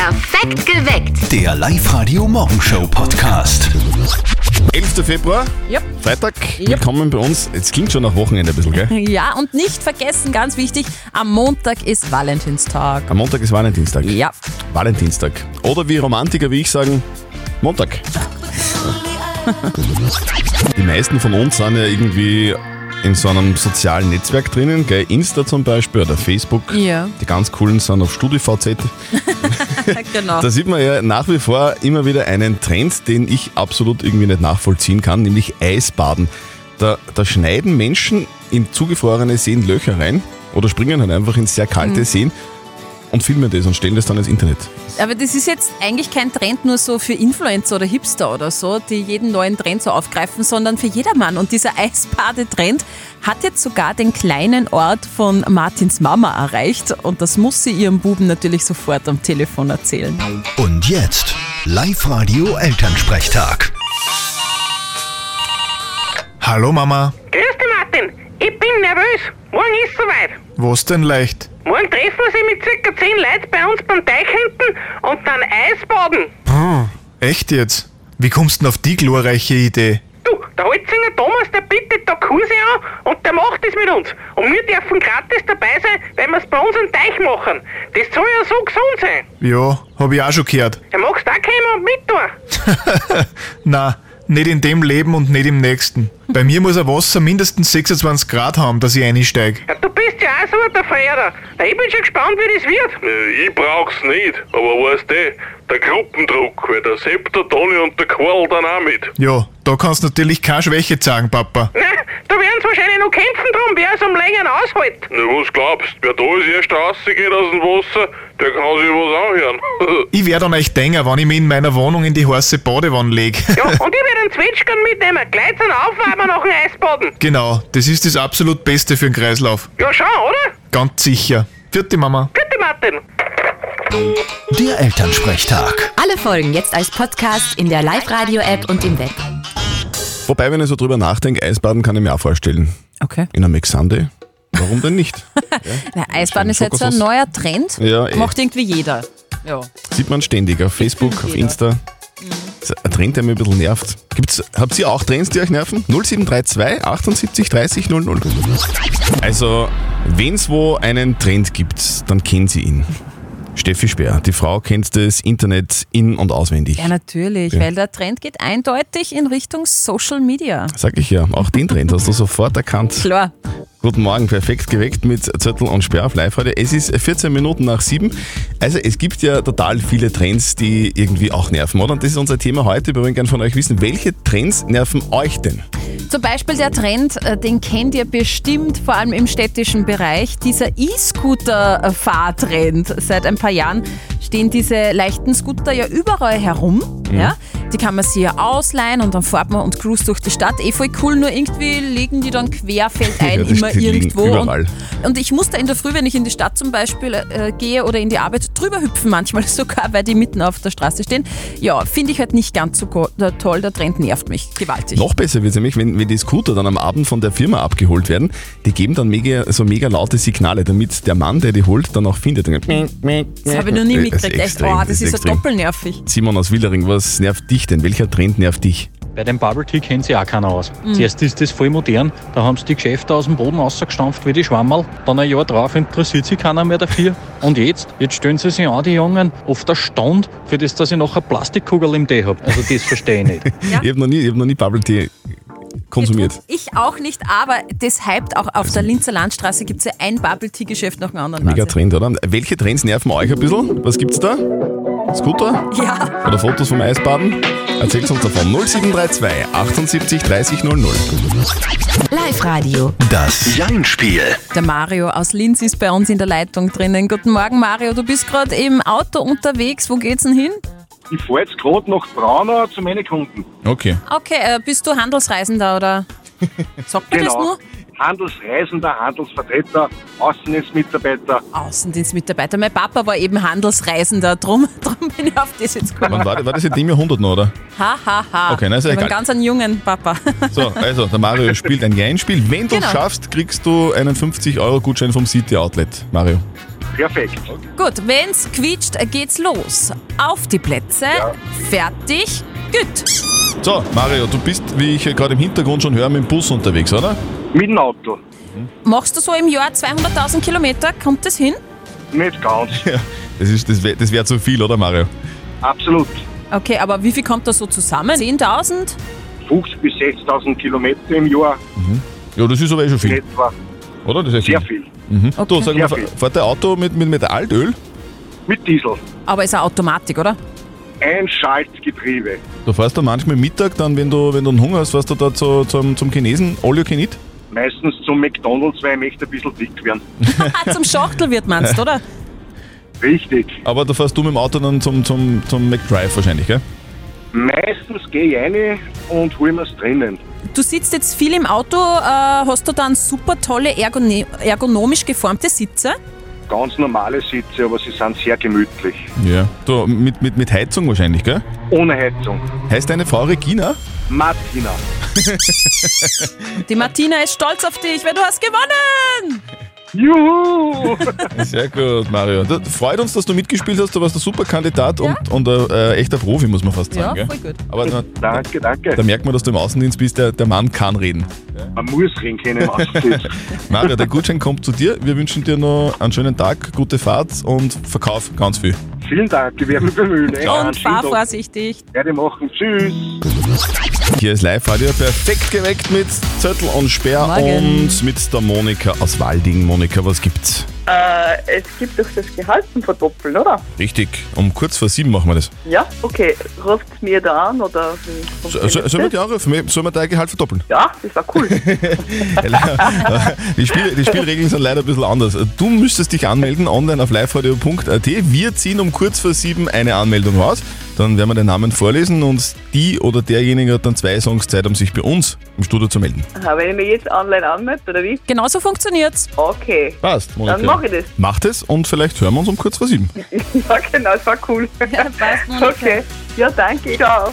Perfekt geweckt. Der Live-Radio-Morgenshow-Podcast. 11. Februar, Yep. Freitag, willkommen bei uns. Jetzt klingt schon nach Wochenende ein bisschen, gell? Ja, und nicht vergessen, ganz wichtig, am Montag ist Valentinstag. Am Montag ist Valentinstag. Ja. Valentinstag. Oder wie Romantiker wie ich sagen, Montag. Die meisten von uns sind ja irgendwie in so einem sozialen Netzwerk drinnen, gell? Insta zum Beispiel oder Facebook. Ja. Die ganz coolen sind auf StudiVZ. Genau. Da sieht man ja nach wie vor immer wieder einen Trend, den ich absolut irgendwie nicht nachvollziehen kann, nämlich Eisbaden. Da schneiden Menschen in zugefrorene Seen Löcher rein oder springen halt einfach in sehr kalte Seen und filmen das und stellen das dann ins Internet. Aber das ist jetzt eigentlich kein Trend nur so für Influencer oder Hipster oder so, die jeden neuen Trend so aufgreifen, sondern für jedermann. Und dieser Eisbadetrend hat jetzt sogar den kleinen Ort von Martins Mama erreicht. Und das muss sie ihrem Buben natürlich sofort am Telefon erzählen. Und jetzt Live-Radio-Elternsprechtag. Hallo Mama, Grüß dich, Martin. Ich bin nervös. Morgen ist soweit. was denn leicht? Morgen treffen wir sich mit ca. 10 Leuten bei uns beim Teich hinten und dann Eisbaden. Echt jetzt? Wie kommst du denn auf die glorreiche Idee? Du, der Holzinger Thomas, der bietet da Kurse an und der macht das mit uns. Und wir dürfen gratis dabei sein, weil wir es bei uns am Teich machen. Das soll ja so gesund sein. Ja, hab ich auch schon gehört. Ja, magst du auch kommen und mittun? Na, nicht in dem Leben und nicht im nächsten. Bei mir muss ein Wasser mindestens 26 Grad haben, dass ich einsteige. Ja, du bist ja auch so der Verehrer. Ich bin schon gespannt, wie das wird. Ich brauch's nicht, aber weißt du, der Gruppendruck, weil der Sepp, der Toni und der Karl dann auch mit. Ja, da kannst du natürlich keine Schwäche zeigen, Papa. Na, da werden sie wahrscheinlich noch kämpfen drum, wer es am längeren aushält. Na, was glaubst du, wer da als erster rausgeht aus dem Wasser, der kann sich was anhören. Ich werd an euch denken, wenn ich mich in meiner Wohnung in die heiße Badewanne lege. Ja, und ich werde einen Zwetschgen mitnehmen. Gleich zum Aufwärmen nach dem Eisbaden. Genau, das ist das absolut Beste für den Kreislauf. Ja, schon, oder? Ganz sicher. Vierte Mama. Bitte, Martin. Der Elternsprechtag. Alle Folgen jetzt als Podcast in der Live-Radio-App und im Web. Wobei, wenn ich so drüber nachdenke, Eisbaden kann ich mir auch vorstellen. Okay. In einem Sunday. Warum denn nicht? Na, Eisbaden ist jetzt so ein Schokosos. neuer Trend. Ja, Macht irgendwie jeder. Ja. Sieht man ständig auf Facebook, auf jeder. Insta. Das ist ein Trend, der mich ein bisschen nervt. Habt ihr auch Trends, die euch nerven? 0732 78 30 00. Also, wenn es wo einen Trend gibt, dann kennt sie ihn. Steffi Speer, die Frau kennt das Internet in- und auswendig. Ja, natürlich, Ja. weil der Trend geht eindeutig in Richtung Social Media. Sag ich ja, auch den Trend hast du sofort erkannt. Klar. Guten Morgen, perfekt geweckt mit Zettel und Sperr auf live heute. Es ist 14 Minuten nach 7. Also es gibt ja total viele Trends, die irgendwie auch nerven, oder? Und das ist unser Thema heute. Wir wollen gerne von euch wissen, welche Trends nerven euch denn? Zum Beispiel der Trend, den kennt ihr bestimmt, vor allem im städtischen Bereich, dieser E-Scooter-Fahrtrend. Seit ein paar Jahren stehen diese leichten Scooter ja überall herum. Ja? Die kann man sich ja ausleihen und dann fährt man und cruist durch die Stadt. Voll cool, nur irgendwie liegen die dann querfeldein Ja, das immer stimmt, die liegen irgendwo. überall. Und ich muss da in der Früh, wenn ich in die Stadt zum Beispiel gehe oder in die Arbeit, drüber hüpfen manchmal sogar, weil die mitten auf der Straße stehen. Ja, finde ich halt nicht ganz so toll. Der Trend nervt mich gewaltig. Noch besser wird es nämlich, wenn die Scooter dann am Abend von der Firma abgeholt werden, die geben dann mega laute Signale, damit der Mann, der die holt, dann auch findet. Das habe ich noch nie mitgekriegt. Echt, extrem, das ist so extrem. doppelnervig. Simon aus Willering, was nervt dich denn? Welcher Trend nervt dich? Bei dem Bubble Tea kennt sich auch keiner aus. Zuerst ist das voll modern, da haben sie die Geschäfte aus dem Boden rausgestampft wie die Schwammerl. Dann ein Jahr drauf interessiert sich keiner mehr dafür. Und jetzt stellen sie sich an, die Jungen, auf der Stunde, für das, dass ich noch eine Plastikkugel im Tee habe. Also das verstehe ich nicht. Ja. Ich habe noch nie Bubble Tea konsumiert. Ich auch nicht, aber das hypt auch auf der Linzer Landstraße gibt es ja ein Bubble-Tea-Geschäft nach dem anderen. Mega Wahnsinn. Trend, oder? Welche Trends nerven euch ein bisschen? Was gibt's da? Scooter? Ja, Oder Fotos vom Eisbaden? Erzählt uns davon. 0732 78 30 00. Live-Radio. Das Jein-Spiel. der Mario aus Linz ist bei uns in der Leitung drinnen. Guten Morgen, Mario. Du bist gerade im Auto unterwegs. Wo geht's denn hin? Ich fahre jetzt gerade nach Braunau zu meinen Kunden. Okay. Okay, bist du Handelsreisender oder sagt man das nur? Handelsreisender, Handelsvertreter, Außendienstmitarbeiter. Außendienstmitarbeiter. Mein Papa war eben Handelsreisender, drum bin ich auf das jetzt gekommen. Wann war das jetzt im Jahrhundert noch, oder? Ha, ha, ha. Okay, na, ist ja ich habe egal. einen ganz jungen Papa. So, also der Mario spielt ein Jein-Spiel. Wenn du Genau. schaffst, kriegst du einen 50 € Gutschein vom City Outlet, Mario. Perfekt. Gut, wenn's quietscht, geht's los. Auf die Plätze, fertig, gut. So, Mario, du bist, wie ich gerade im Hintergrund schon höre, mit dem Bus unterwegs, oder? Mit dem Auto. Machst du so im Jahr 200.000 Kilometer? Kommt das hin? Nicht ganz. Ja. Das wär zu viel, oder Mario? Absolut. Okay, aber wie viel kommt da so zusammen? 10.000? 50.000 bis 60.000 Kilometer im Jahr. Ja, das ist aber schon viel. Etwa. Oder? Das ist Sehr viel. Okay. Du, sag mal, Sehr viel. fährt dein Auto mit Altöl? Mit Diesel. Aber ist eine Automatik, oder? Ein Schaltgetriebe. Du fährst da manchmal Mittag, dann, wenn du einen Hunger hast, fährst du da zum Chinesen, all you can eat? Meistens zum McDonalds, weil ich möchte ein bisschen dick werden. Zum Schachtelwirt meinst du, oder? Richtig. Aber da fährst du mit dem Auto dann zum McDrive wahrscheinlich, gell? Meistens gehe ich rein und hole mir's drinnen. Du sitzt jetzt viel im Auto, hast du dann super tolle ergonomisch geformte Sitze? Ganz normale Sitze, aber sie sind sehr gemütlich. Ja. Du, mit Heizung wahrscheinlich, gell? Ohne Heizung. Heißt deine Frau Regina? Martina. Die Martina ist stolz auf dich, weil du hast gewonnen! Juhu! Sehr gut, Mario. Freut uns, dass du mitgespielt hast. Du warst ein super Kandidat und ein echter Profi, muss man fast sagen. Ja, gell? voll gut. Aber Danke. da merkt man, dass du im Außendienst bist. Der Mann kann reden. Man muss reden können im Außendienst. Mario, der Gutschein kommt zu dir. Wir wünschen dir noch einen schönen Tag, gute Fahrt und verkauf ganz viel. Vielen Dank, ich werde mich bemühen. Und fahr vorsichtig. Werde machen. Tschüss. Hier ist Live-Radio perfekt geweckt mit Zettel und Sperr Morgen. und mit der Monika aus Walding. Monika, was gibt's? Es gibt doch das Gehalt zum Verdoppeln, oder? Richtig, um kurz vor 7 machen wir das. Ja, okay. Ruft mir da an oder wie? Sollen wir dich anrufen? Sollen wir dein Gehalt verdoppeln? Ja, das war cool. Die Spielregeln sind leider ein bisschen anders. Du müsstest dich anmelden online auf liveradio.at. Wir ziehen um kurz vor 7 eine Anmeldung raus. Dann werden wir den Namen vorlesen und die oder derjenige hat dann 2 Songs Zeit, um sich bei uns im Studio zu melden. Aha, wenn ich mich jetzt online anmelde, oder wie? Genau so funktioniert's. Okay. Passt, Monika. Dann mache ich das. Macht es und vielleicht hören wir uns um kurz vor 7. Ja, genau, das war cool. Ja, passt, Monika. Okay. Ja, danke. Ciao.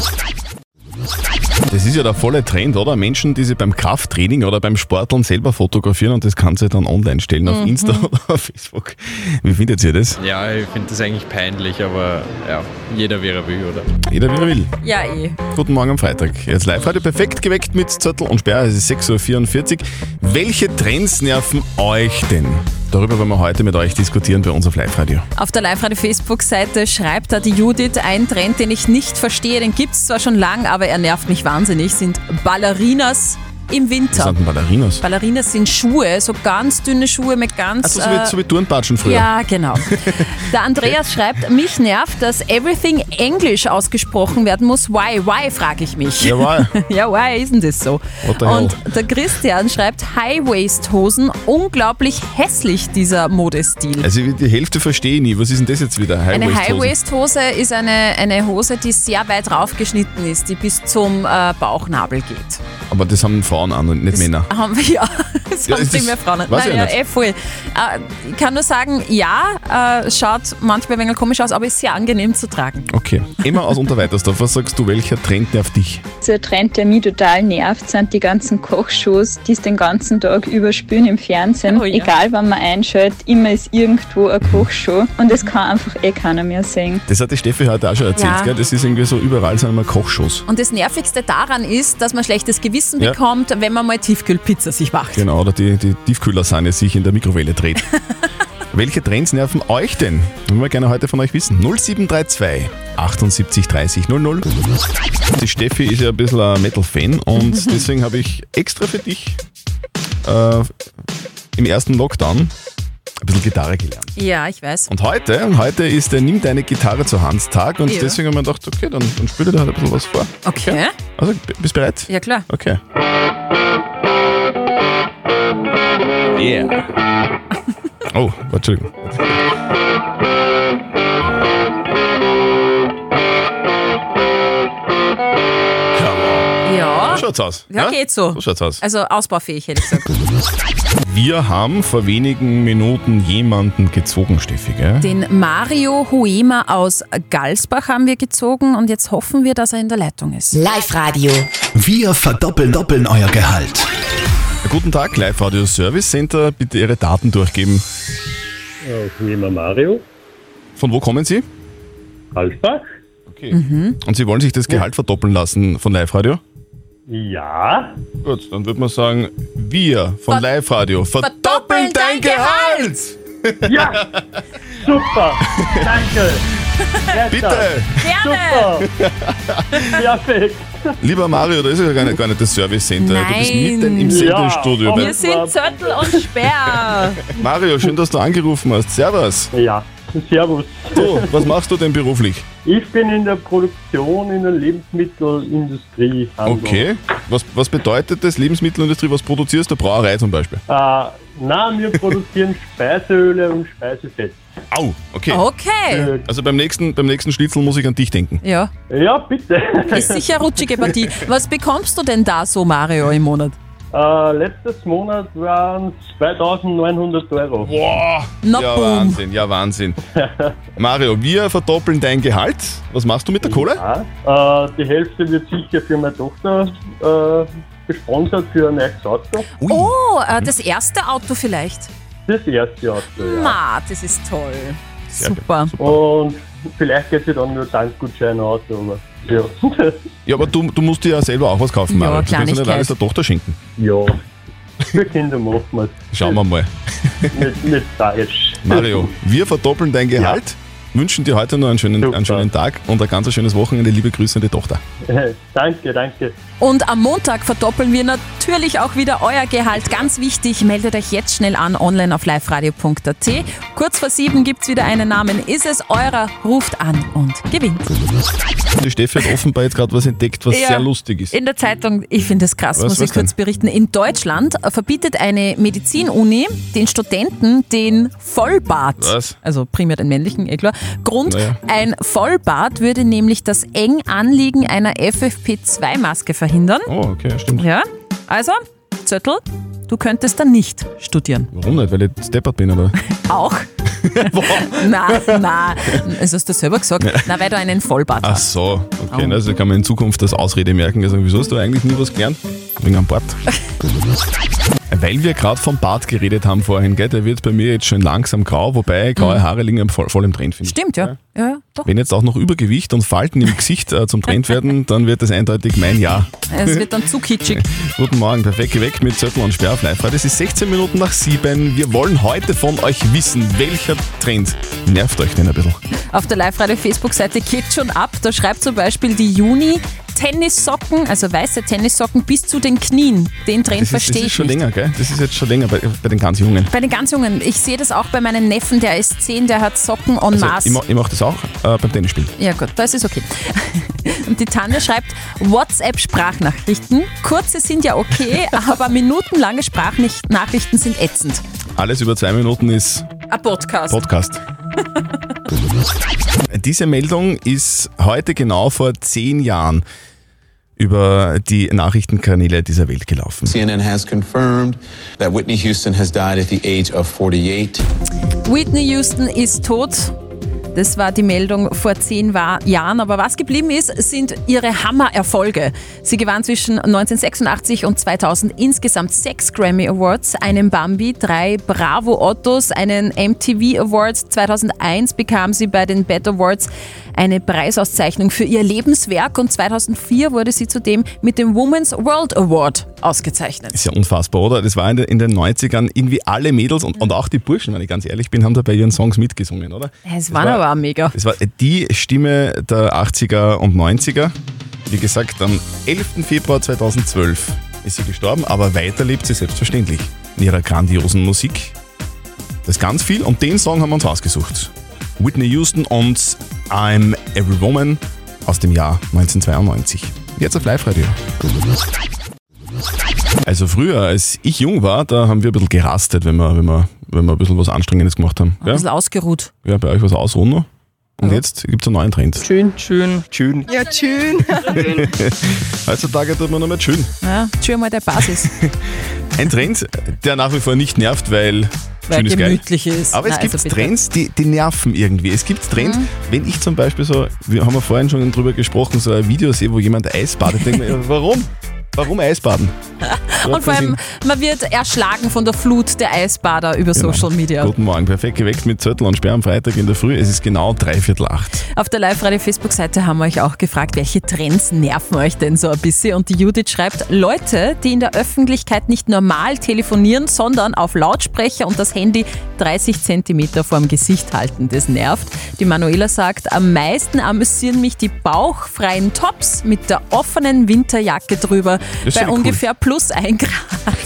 Das ist ja der volle Trend, oder? Menschen, die sich beim Krafttraining oder beim Sporteln selber fotografieren und das kann sie dann online stellen auf Insta oder auf Facebook. Wie findet ihr das? Ja, ich finde das eigentlich peinlich, aber ja, jeder wie er will, oder? Jeder wie er will. Ja, Guten Morgen am Freitag. Jetzt live heute perfekt geweckt mit Zettel und Sperr. Es ist 6.44 Uhr. Welche Trends nerven euch denn? Darüber wollen wir heute mit euch diskutieren bei uns auf Live-Radio. Auf der Live-Radio-Facebook-Seite schreibt da die Judith, ein Trend, den ich nicht verstehe, den gibt es zwar schon lang, aber er nervt mich wahnsinnig, sind Ballerinas im Winter. Was sind denn Ballerinas? Ballerinas sind Schuhe, so ganz dünne Schuhe mit ganz... Also so wie Turnpatschen früher. Ja, genau. Der Andreas schreibt, mich nervt, dass everything Englisch ausgesprochen werden muss. Why, frage ich mich. Ja, why? Ja, why ist denn das so? What the hell? Und der Christian schreibt, High-Waist-Hosen, unglaublich hässlich, dieser Modestil. Also die Hälfte verstehe ich nie. Was ist denn das jetzt wieder? Eine High-Waist-Hose? High-Waist-Hose ist eine Hose, die sehr weit raufgeschnitten ist, die bis zum Bauchnabel geht. Aber das haben Frauen an und nicht Männer. Haben wir, ja, das haben ist viel das- mehr Frauen. weiß ich Nein, nicht. ja, voll. Ich kann nur sagen, ja, schaut manchmal ein wenig komisch aus, aber ist sehr angenehm zu tragen. Okay. Emma aus Unterweitersdorf, was sagst du, welcher Trend nervt dich? So ein Trend, der mich total nervt, sind die ganzen Kochshows, die es den ganzen Tag überspülen im Fernsehen. Oh ja. Egal, wann man einschaltet, immer ist irgendwo eine Kochshow und das kann einfach keiner mehr sehen. Das hat die Steffi heute auch schon erzählt, Ja. gell? Das ist irgendwie so, überall sind immer Kochshows. Und das Nervigste daran ist, dass man schlechtes Gewissen Ja. bekommt, wenn man mal Tiefkühlpizza sich macht. Genau, oder die Tiefkühlersahne sich in der Mikrowelle dreht. Welche Trends nerven euch denn? Wollen wir gerne heute von euch wissen. 0732 78 30 00. Die Steffi ist ja ein bisschen ein Metal-Fan und deswegen habe ich extra für dich im ersten Lockdown ein bisschen Gitarre gelernt. Ja, ich weiß. Und heute ist der Nimm deine Gitarre zur Hand Tag und Ja. deswegen haben wir gedacht, okay, dann spiele dir halt ein bisschen was vor. Okay. Also, bist du bereit? Ja, klar. Okay. Yeah. Oh, Entschuldigung. Ja. So schaut's aus. Ja, geht so. So schaut's aus. Also ausbaufähig, hätte ich gesagt. Wir haben vor wenigen Minuten jemanden gezogen, Steffi, gell? Den Mario Huema aus Galsbach haben wir gezogen und jetzt hoffen wir, dass er in der Leitung ist. Live-Radio. Wir verdoppeln euer Gehalt. Guten Tag, Live-Radio Service Center. Bitte Ihre Daten durchgeben. Nehmen wir Mario. Von wo kommen Sie? Halsbach. Okay. Und Sie wollen sich das Gehalt verdoppeln lassen von Live-Radio? Ja. Gut, dann würde man sagen, wir von Live-Radio verdoppeln dein Gehalt! Ja, super, danke. Bitte! Super, perfekt. Lieber Mario, da ist ja gar nicht das Service Center. Du bist mitten im Sendestudio. Wir sind Zörtel und Sperr. Mario, schön, dass du angerufen hast. Servus. Ja, servus. Du, was machst du denn beruflich? Ich bin in der Produktion in der Lebensmittelindustrie. Okay. Was bedeutet das, Lebensmittelindustrie? Was produzierst du? Brauerei zum Beispiel? Nein, wir produzieren Speiseöle und Speisefett. Au, okay. Okay. Also beim nächsten Schnitzel muss ich an dich denken. Ja. Ja, bitte. Ist sicher eine rutschige Partie. Was bekommst du denn da so, Mario, im Monat? Letztes Monat waren es 2.900 Euro. Wow. Ja, Wahnsinn. Mario, wir verdoppeln dein Gehalt. Was machst du mit der Kohle? Ja, die Hälfte wird sicher für meine Tochter gesponsert für ein neues Auto. Ui. Oh, das erste Auto vielleicht? Das erste Auto, ja. Ma, das ist toll. Super. Und vielleicht geht sie dann nur Tankgutschein aus, aber ja. Ja, aber du musst dir ja selber auch was kaufen, Mario. Ja, du kannst ja nicht alles der Tochter schenken. Ja, für Kinder machen wir es. Schauen wir mal. Nicht falsch. Mario, wir verdoppeln dein Gehalt, wünschen dir heute noch einen schönen Tag und ein ganz schönes Wochenende. Liebe Grüße an die Tochter. Danke. Und am Montag verdoppeln wir natürlich auch wieder euer Gehalt. Ganz wichtig, meldet euch jetzt schnell an, online auf liveradio.at. Kurz vor 7 gibt es wieder einen Namen. Ist es eurer? Ruft an und gewinnt. Die Steffi hat offenbar jetzt gerade was entdeckt, was sehr lustig ist. In der Zeitung, ich finde das krass, muss ich kurz berichten. In Deutschland verbietet eine Medizinuni den Studenten den Vollbart. Was? Also primär den männlichen, klar. Grund, ein Vollbart würde nämlich das Enganliegen einer FFP2-Maske verhindern. Oh, okay, stimmt. Ja, also, Zöttl, du könntest dann nicht studieren. Warum nicht? Weil ich steppert bin, oder? Auch? Nein, das hast du selber gesagt. Nein, weil du einen Vollbart Ach hast. so, okay. Also kann man in Zukunft das Ausrede merken. Also, wieso hast du eigentlich nie was gelernt? Wegen einem Bart. Weil wir gerade vom Bart geredet haben vorhin, gell? Der wird bei mir jetzt schon langsam grau, wobei graue Haare liegen voll im Trend, finde ich. Stimmt, ja. Doch. Wenn jetzt auch noch Übergewicht und Falten im Gesicht zum Trend werden, dann wird das eindeutig mein Jahr. Es wird dann zu kitschig. Guten Morgen, perfekt geweckt mit Zöttl und Sperr auf Live-Radio. Es ist 16 Minuten nach 7. Wir wollen heute von euch wissen, welcher Trend nervt euch denn ein bisschen? Auf der Live-Radio-Facebook-Seite geht schon ab. Da schreibt zum Beispiel die Juni, Tennissocken, also weiße Tennissocken bis zu den Knien. Den Trend verstehe ich nicht. Das ist schon länger, gell? Das ist jetzt schon länger bei den ganz Jungen. Bei den ganz Jungen. Ich sehe das auch bei meinem Neffen, der ist 10, der hat Socken en masse. Ich mache das auch beim Tennisspielen. Ja gut, das ist okay. Und die Tanja schreibt, WhatsApp-Sprachnachrichten. Kurze sind ja okay, aber minutenlange Sprachnachrichten sind ätzend. Alles über 2 Minuten ist ein Podcast. Diese Meldung ist heute genau vor 10 Jahren über die Nachrichtenkanäle dieser Welt gelaufen. CNN has confirmed that Whitney Houston has died at the age of 48. Whitney Houston ist tot. Das war die Meldung vor 10 Jahren. Aber was geblieben ist, sind ihre Hammererfolge. Sie gewann zwischen 1986 und 2000 insgesamt 6 Grammy Awards, einen Bambi, 3 Bravo Ottos, einen MTV Award. 2001 bekam sie bei den BET Awards eine Preisauszeichnung für ihr Lebenswerk und 2004 wurde sie zudem mit dem Women's World Award ausgezeichnet. Ist ja unfassbar, oder? Das war in den 90ern irgendwie alle Mädels und auch die Burschen, wenn ich ganz ehrlich bin, haben da bei ihren Songs mitgesungen, oder? Es waren aber auch mega. Das war die Stimme der 80er und 90er. Wie gesagt, am 11. Februar 2012 ist sie gestorben, aber weiter lebt sie selbstverständlich in ihrer grandiosen Musik. Das ist ganz viel und den Song haben wir uns ausgesucht. Whitney Houston und I'm Every Woman aus dem Jahr 1992. Jetzt auf Live-Radio. Also früher, als ich jung war, da haben wir ein bisschen gerastet, wenn wir ein bisschen was Anstrengendes gemacht haben. Ein bisschen ausgeruht. Ja, bei euch was ausruhen noch. Und jetzt gibt es einen neuen Trend. Schön. Ja, schön. Heutzutage tut man noch mal schön. Ja, schön mal der Basis. Ein Trend, der nach wie vor nicht nervt, weil schön ist gemütlich geil. ist. Aber es gibt Trends, die nerven irgendwie. Es gibt Trends, wenn ich zum Beispiel so, wir haben ja vorhin schon drüber gesprochen, so ein Video sehe, wo jemand Eis badet, denke ich mir, warum? Warum Eisbaden? Und vor allem, man wird erschlagen von der Flut der Eisbader über Social Media. Guten Morgen, perfekt geweckt mit Zettel und Sperr am Freitag in der Früh. Es ist genau 7:45. Auf der Live-Radio-Facebook-Seite haben wir euch auch gefragt, welche Trends nerven euch denn so ein bisschen? Und die Judith schreibt, Leute, die in der Öffentlichkeit nicht normal telefonieren, sondern auf Lautsprecher und das Handy 30 Zentimeter vorm Gesicht halten. Das nervt. Die Manuela sagt, am meisten amüsieren mich die bauchfreien Tops mit der offenen Winterjacke drüber bei ungefähr plus 1 Grad.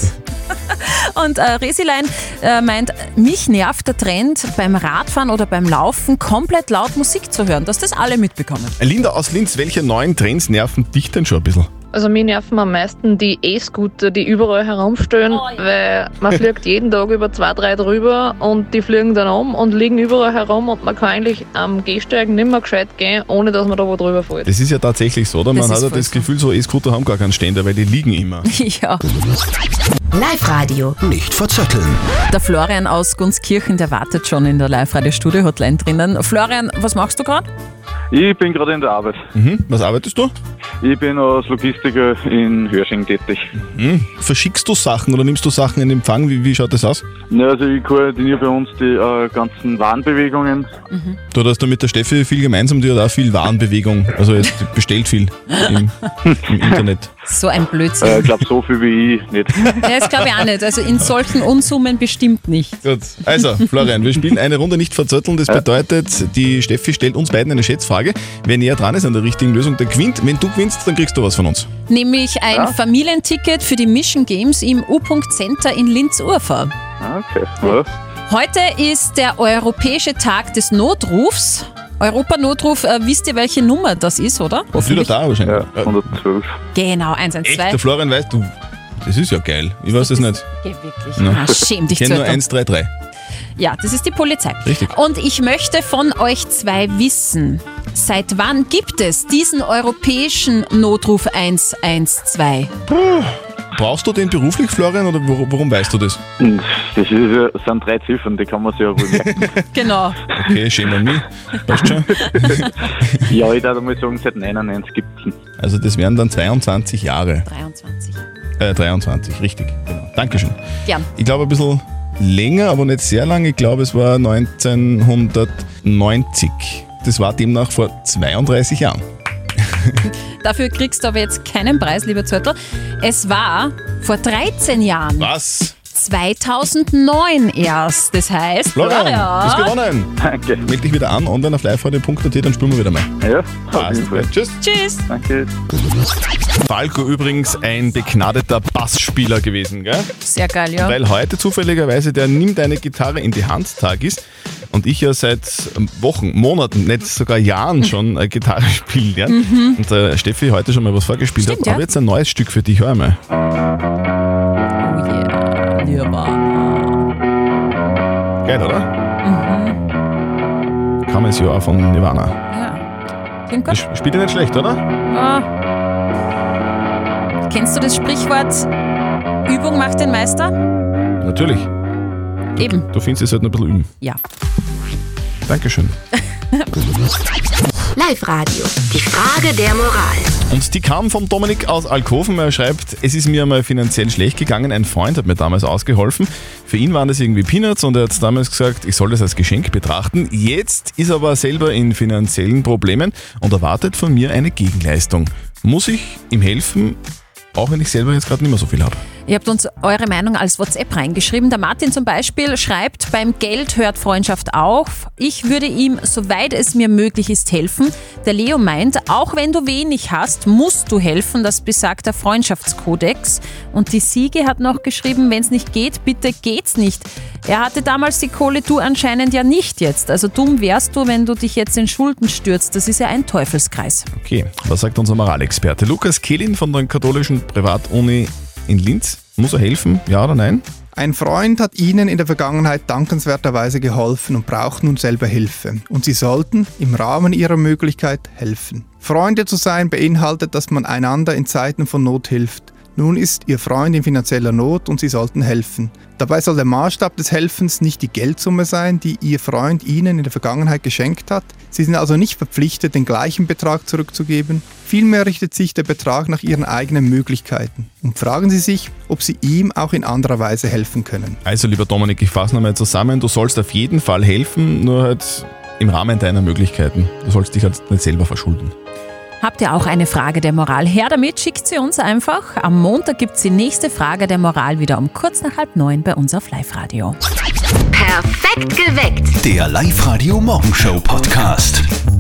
Und Resilein meint, mich nervt der Trend, beim Radfahren oder beim Laufen komplett laut Musik zu hören, dass das alle mitbekommen. Linda aus Linz, welche neuen Trends nerven dich denn schon ein bisschen? Also mich nerven am meisten die E-Scooter, die überall herumstehen, weil man fliegt jeden Tag über 2, 3 drüber und die fliegen dann um und liegen überall herum und man kann eigentlich am Gehsteigen nicht mehr gescheit gehen, ohne dass man da wo drüber fällt. Das ist ja tatsächlich so, oder? Man hat ja das Gefühl, so E-Scooter haben gar keinen Ständer, weil die liegen immer. Ja. Live-Radio. Nicht verzetteln. Der Florian aus Gunskirchen, der wartet schon in der Live-Radio-Studio-Hotline drinnen. Florian, was machst du gerade? Ich bin gerade in der Arbeit. Was arbeitest du? Ich bin als Logistiker in Hörsching tätig. Verschickst du Sachen oder nimmst du Sachen in Empfang? Wie schaut das aus? Ja, also ich koordiniere bei uns die ganzen Warenbewegungen. Du hast da mit der Steffi viel gemeinsam, die hat auch viel Warenbewegung. Also jetzt bestellt viel im Internet. So ein Blödsinn. Ich glaube, so viel wie ich nicht. Ja, das glaube ich auch nicht. Also in solchen Unsummen bestimmt nicht. Gut. Also, Florian, wir spielen eine Runde nicht verzötteln. Das bedeutet, die Steffi stellt uns beiden eine Schätzfrage. Wer näher dran ist an der richtigen Lösung, der gewinnt. Wenn du gewinnst, dann kriegst du was von uns. Nämlich ein Familienticket für die Mission Games im U-Punkt-Center in Linz-Urfahr. Okay. Ja. Heute ist der Europäische Tag des Notrufs. Europa-Notruf, wisst ihr, welche Nummer das ist, oder? Wieder da wahrscheinlich. Ja, 112. Genau, 112. Echt? Der Florian weiß, du, das ist ja geil. Ich weiß das nicht. Geh wirklich. Na, schäm dich. Ich kenne nur 133. Ja, das ist die Polizei. Richtig. Und ich möchte von euch zwei wissen, seit wann gibt es diesen europäischen Notruf 112? Brauchst du den beruflich, Florian, oder warum weißt du das? Das sind 3 Ziffern, die kann man sich ja wohl merken. Genau. Okay, shame on me. Weißt schon? Ja, ich würde mal sagen, seit 99 gibt es ihn. Also das wären dann 22 Jahre. 23, richtig. Genau. Dankeschön. Gern. Ich glaube ein bisschen länger, aber nicht sehr lange. Ich glaube, es war 1990. Das war demnach vor 32 Jahren. Dafür kriegst du aber jetzt keinen Preis, lieber Zörtl. Es war vor 13 Jahren. Was? 2009 erst. Das heißt, Florian, du hast gewonnen. Danke. Meld dich wieder an, online auf liveradio.at, dann spielen wir wieder mal. Ja, passt. Tschüss. Tschüss. Danke. Falco übrigens ein begnadeter Bassspieler gewesen, gell? Sehr geil, ja. Weil heute zufälligerweise der Nimm deine Gitarre in die Hand Tag ist und ich ja seit Wochen, Monaten, nicht sogar Jahren schon Gitarre spiele. Ja? Und Steffi heute schon mal was vorgespielt hat. Ja. Aber jetzt ein neues Stück für dich, hör mal. Oh yeah, Nirvana. Geil, oder? Kam es ja auch von Nirvana. Ja. Klingt gut. Spielt ihr nicht schlecht, oder? Ja. Kennst du das Sprichwort, Übung macht den Meister? Natürlich. Eben. Du findest es halt noch ein bisschen üben. Ja. Dankeschön. Live-Radio. Die Frage der Moral. Und die kam vom Dominik aus Alkoven. Er schreibt, es ist mir einmal finanziell schlecht gegangen. Ein Freund hat mir damals ausgeholfen. Für ihn waren das irgendwie Peanuts und er hat damals gesagt, ich soll das als Geschenk betrachten. Jetzt ist er aber selber in finanziellen Problemen und erwartet von mir eine Gegenleistung. Muss ich ihm helfen, auch wenn ich selber jetzt gerade nicht mehr so viel habe? Ihr habt uns eure Meinung als WhatsApp reingeschrieben. Der Martin zum Beispiel schreibt, beim Geld hört Freundschaft auf. Ich würde ihm, soweit es mir möglich ist, helfen. Der Leo meint, auch wenn du wenig hast, musst du helfen. Das besagt der Freundschaftskodex. Und die Siege hat noch geschrieben, wenn es nicht geht, bitte geht's nicht. Er hatte damals die Kohle, du anscheinend ja nicht jetzt. Also dumm wärst du, wenn du dich jetzt in Schulden stürzt. Das ist ja ein Teufelskreis. Okay, was sagt unser Moralexperte? Lukas Kehlin von der katholischen Privatuni in Linz. Muss er helfen, ja oder nein? Ein Freund hat Ihnen in der Vergangenheit dankenswerterweise geholfen und braucht nun selber Hilfe. Und Sie sollten im Rahmen Ihrer Möglichkeit helfen. Freunde zu sein beinhaltet, dass man einander in Zeiten von Not hilft. Nun ist Ihr Freund in finanzieller Not und Sie sollten helfen. Dabei soll der Maßstab des Helfens nicht die Geldsumme sein, die Ihr Freund Ihnen in der Vergangenheit geschenkt hat. Sie sind also nicht verpflichtet, den gleichen Betrag zurückzugeben. Vielmehr richtet sich der Betrag nach Ihren eigenen Möglichkeiten. Und fragen Sie sich, ob Sie ihm auch in anderer Weise helfen können. Also lieber Dominik, ich fasse nochmal zusammen. Du sollst auf jeden Fall helfen, nur halt im Rahmen deiner Möglichkeiten. Du sollst dich halt nicht selber verschulden. Habt ihr auch eine Frage der Moral? Her damit, schickt sie uns einfach. Am Montag gibt es die nächste Frage der Moral wieder um kurz nach 8:30 bei uns auf Live-Radio. Perfekt geweckt. Der Live-Radio Morgenshow Podcast.